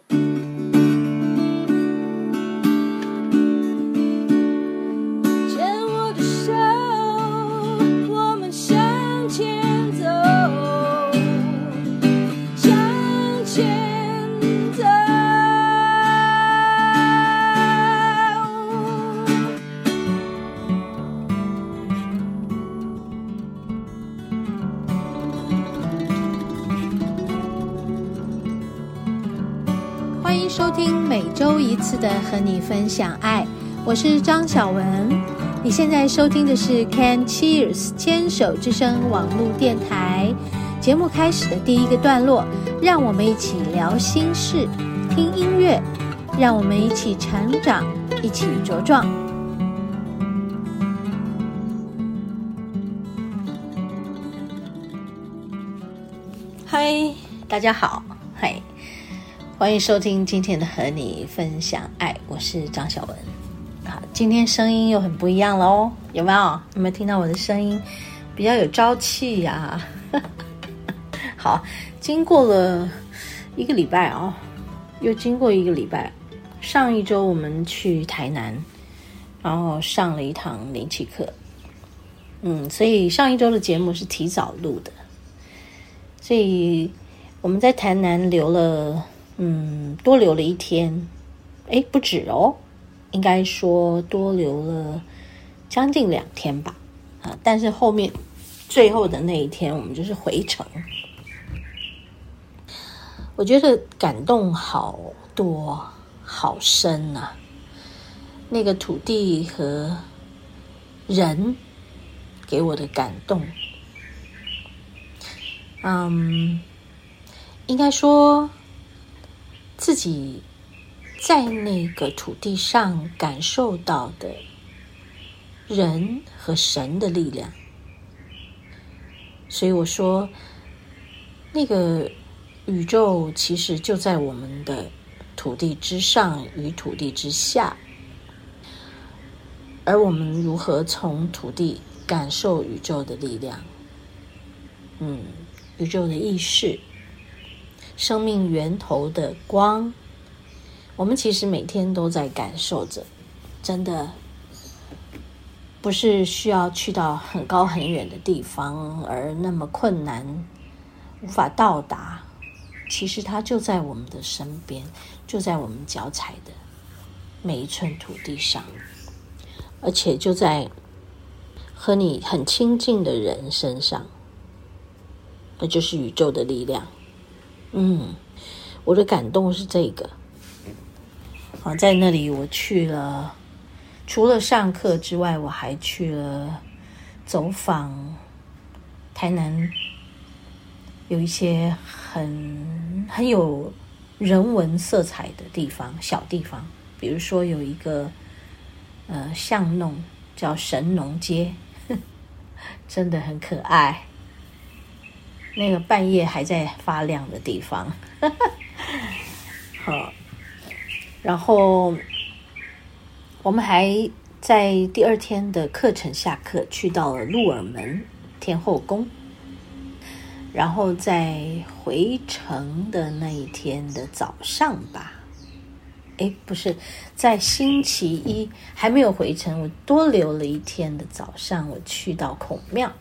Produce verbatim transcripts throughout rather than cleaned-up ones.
欢迎收听每周一次的和你分享爱，我是张小文。你现在收听的是 Can Cheers 牵手之声网络电台。节目开始的第一个段落，让我们一起聊心事，听音乐，让我们一起成长，一起茁壮。嗨，大家好，嗨。欢迎收听今天的和你分享爱，我是张小文。好，今天声音又很不一样了哦，有没有？有没有听到我的声音比较有朝气呀、啊？好，经过了一个礼拜哦，又经过一个礼拜。上一周我们去台南，然后上了一堂灵气课，嗯，所以上一周的节目是提早录的，所以我们在台南留了。嗯，多留了一天，诶，不止哦，应该说多留了将近两天吧，啊，但是后面最后的那一天，我们就是回程。我觉得感动好多，好深啊！那个土地和人给我的感动，嗯，应该说。自己在那个土地上感受到的人和神的力量，所以我说那个宇宙其实就在我们的土地之上与土地之下，而我们如何从土地感受宇宙的力量，嗯，宇宙的意识，生命源头的光，我们其实每天都在感受着，真的不是需要去到很高很远的地方而那么困难无法到达，其实它就在我们的身边，就在我们脚踩的每一寸土地上，而且就在和你很亲近的人身上，那就是宇宙的力量。嗯，我的感动是这个。好，在那里我去了，除了上课之外，我还去了走访台南有一些很很有人文色彩的地方，小地方，比如说有一个呃巷弄叫神农街，真的很可爱。那个半夜还在发亮的地方，好，然后我们还在第二天的课程下课，去到了鹿耳门天后宫，然后在回程的那一天的早上吧，诶，不是，在星期一还没有回程，我多留了一天的早上，我去到孔庙。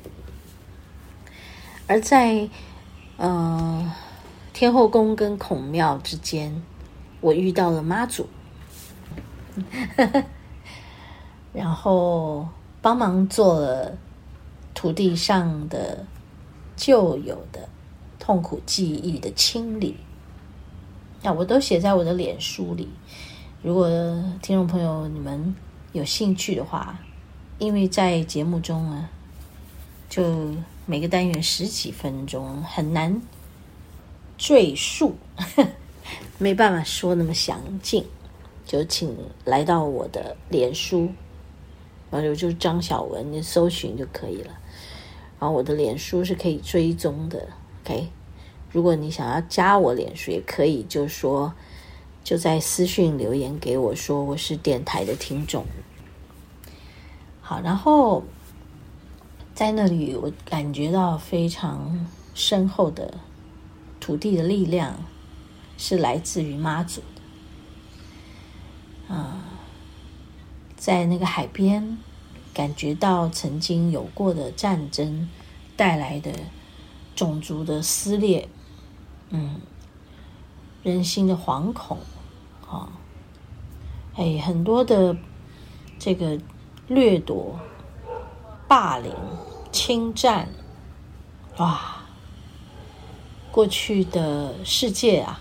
而在呃天后宫跟孔庙之间，我遇到了妈祖，然后帮忙做了土地上的旧有的痛苦记忆的清理。那我都写在我的脸书里，如果听众朋友你们有兴趣的话，因为在节目中啊，就每个单元十几分钟，很难赘述，没办法说那么详尽，就请来到我的脸书，然后就是张小文，你搜寻就可以了。然后我的脸书是可以追踪的 ，OK。如果你想要加我脸书也可以，就说就在私讯留言给我说我是电台的听众。好，然后在那里我感觉到非常深厚的土地的力量， 是来自于妈祖的。啊、嗯，在那个海边，感觉到曾经有过的战争带来的种族的撕裂，嗯，人心的惶恐，啊，哎，很多的这个掠夺、霸凌、侵占，哇！过去的世界啊，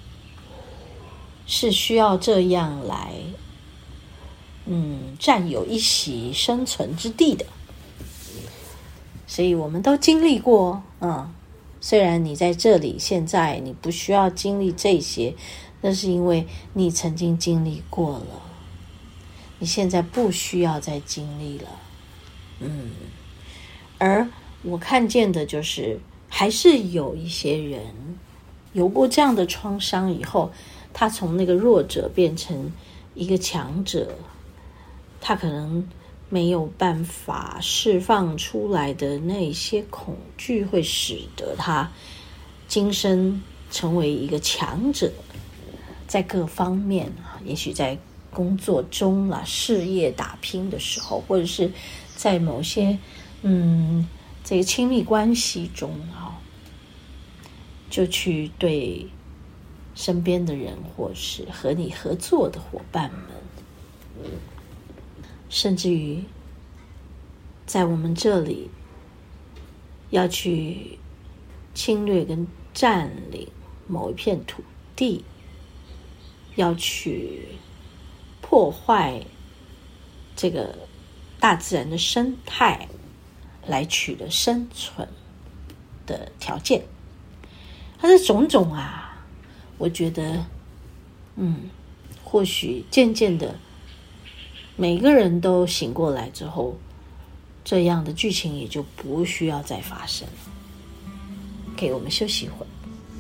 是需要这样来，嗯，占有一席生存之地的。所以我们都经历过，嗯，虽然你在这里，现在你不需要经历这些，那是因为你曾经经历过了，你现在不需要再经历了，嗯。而我看见的就是，还是有一些人有过这样的创伤以后，他从那个弱者变成一个强者，他可能没有办法释放出来的那些恐惧，会使得他今生成为一个强者，在各方面，也许在工作中啦、事业打拼的时候，或者是在某些嗯这个亲密关系中啊，就去对身边的人或是和你合作的伙伴们，甚至于在我们这里要去侵略跟占领某一片土地，要去破坏这个大自然的生态，来取得生存的条件。它这种种啊，我觉得嗯，或许渐渐的每个人都醒过来之后，这样的剧情也就不需要再发生了。给我们休息一会儿。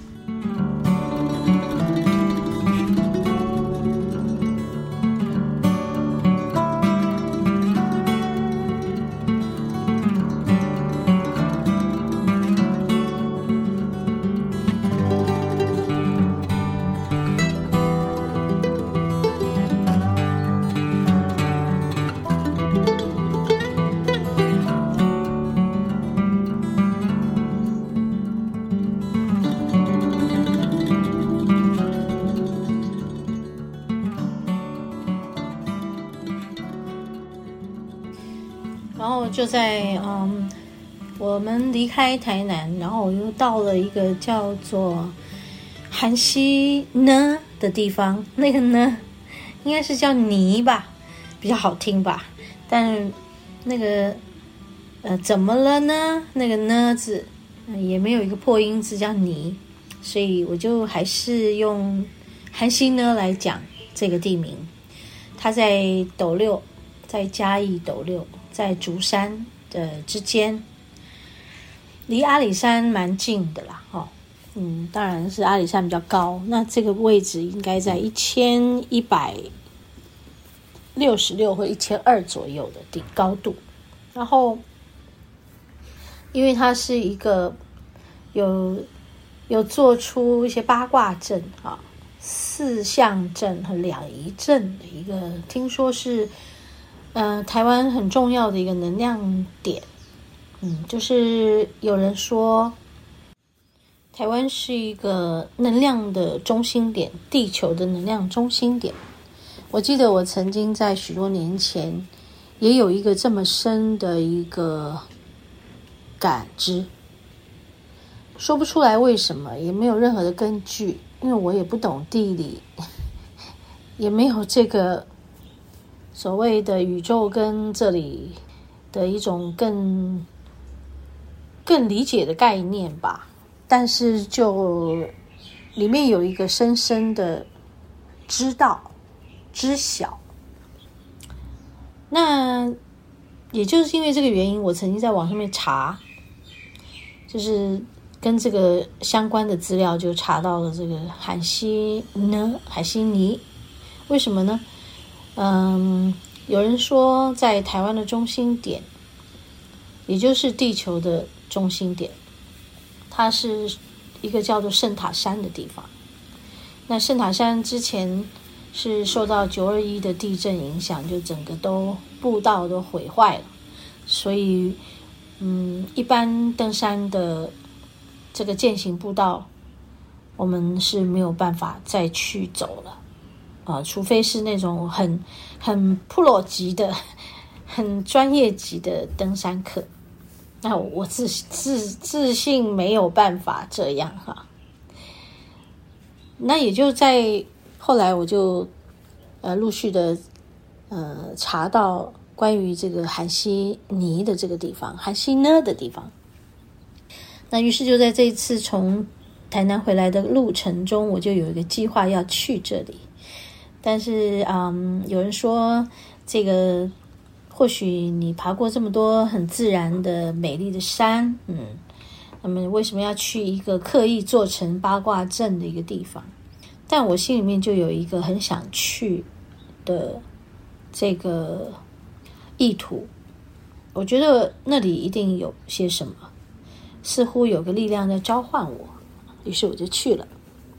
然后就在嗯，我们离开台南，然后我又到了一个叫做韩溪呢的地方。那个呢，应该是叫泥吧，比较好听吧。但那个呃，怎么了呢？那个呢字、呃、也没有一个破音字叫泥，所以我就还是用韩溪呢来讲这个地名。它在斗六，在嘉义斗六。在竹山的之间，离阿里山蛮近的啦，哦，嗯，当然是阿里山比较高，那这个位置应该在一千一百六十六或一千二左右的地高度。然后，因为它是一个有有做出一些八卦阵啊、四象阵和两仪阵的一个，听说是。呃，台湾很重要的一个能量点，嗯，就是有人说，台湾是一个能量的中心点，地球的能量中心点。我记得我曾经在许多年前也有一个这么深的一个感知，说不出来为什么，也没有任何的根据，因为我也不懂地理，也没有这个。所谓的宇宙跟这里的一种更更理解的概念吧，但是就里面有一个深深的知道、知晓。那也就是因为这个原因，我曾经在网上面查，就是跟这个相关的资料，就查到了这个海西呢，海西尼，为什么呢？嗯，有人说在台湾的中心点，也就是地球的中心点，它是一个叫做圣塔山的地方。 那圣塔山之前是受到九二一的地震影响，就整个都步道都毁坏了，所以嗯，一般登山的这个健行步道我们是没有办法再去走了啊，除非是那种很很 pro 级的很专业级的登山客，那我自自自信没有办法这样哈。那也就在后来我就呃陆续的呃查到关于这个韩溪尼的这个地方，韩溪呢的地方。那于是就在这一次从台南回来的路程中，我就有一个计划要去这里。但是嗯，有人说这个或许你爬过这么多很自然的美丽的山，嗯，那么为什么要去一个刻意做成八卦阵的一个地方？但我心里面就有一个很想去的这个意图，我觉得那里一定有些什么，似乎有个力量在召唤我，于是我就去了。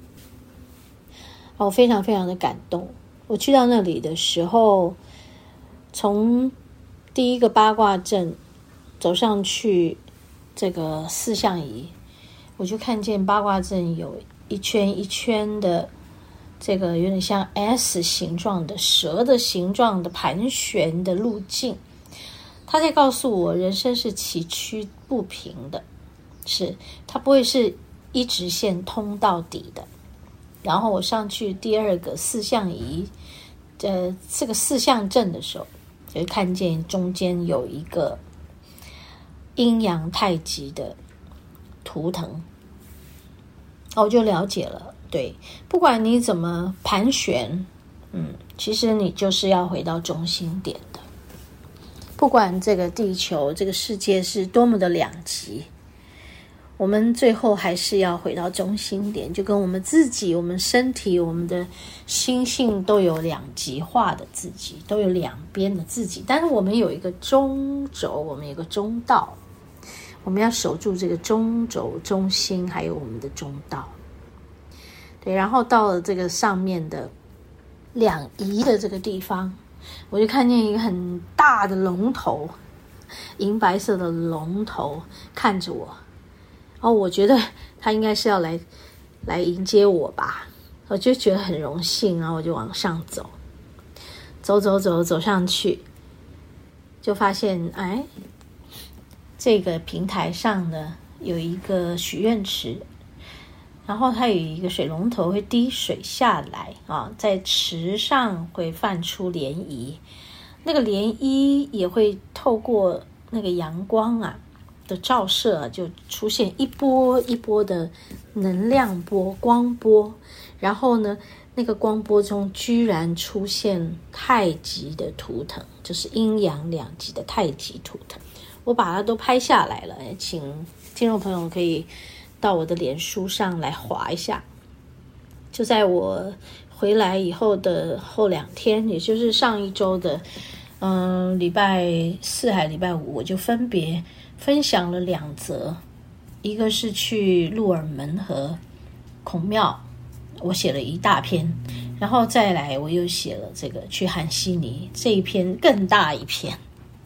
我非常非常的感动。我去到那里的时候，从第一个八卦阵走上去这个四象仪，我就看见八卦阵有一圈一圈的这个有点像 S 形状的蛇的形状的盘旋的路径，他在告诉我人生是崎岖不平的，是它不会是一直线通到底的。然后我上去第二个四象仪呃，这个四象阵的时候，就看见中间有一个阴阳太极的图腾，我就了解了。对，不管你怎么盘旋，嗯，其实你就是要回到中心点的。不管这个地球这个世界是多么的两极，我们最后还是要回到中心点，就跟我们自己、我们身体、我们的心性都有两极化的自己，都有两边的自己，但是我们有一个中轴，我们有一个中道，我们要守住这个中轴、中心，还有我们的中道。对，然后到了这个上面的两仪的这个地方，我就看见一个很大的龙头，银白色的龙头看着我。哦，我觉得他应该是要来来迎接我吧，我就觉得很荣幸，然后我就往上走，走走走走上去，就发现哎，这个平台上呢有一个许愿池，然后它有一个水龙头会滴水下来啊，在池上会泛出涟漪，那个涟漪也会透过那个阳光啊的照射啊，就出现一波一波的能量波、光波，然后呢，那个光波中居然出现太极的图腾，就是阴阳两极的太极图腾。我把它都拍下来了，请听众朋友可以到我的脸书上来滑一下。就在我回来以后的后两天，也就是上一周的嗯礼拜四还礼拜五，我就分别分享了两则，一个是去鹿耳门和孔庙，我写了一大篇，然后再来我又写了这个去韩溪尼，这一篇更大一篇。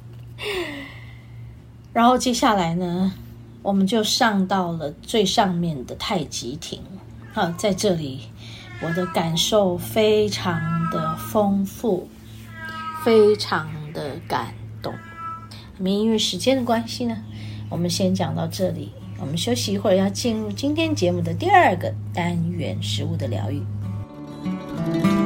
然后接下来呢，我们就上到了最上面的太极亭啊，在这里我的感受非常的丰富，非常的感动。因为时间的关系呢，我们先讲到这里，我们休息一会儿，要进入今天节目的第二个单元，食物的疗愈。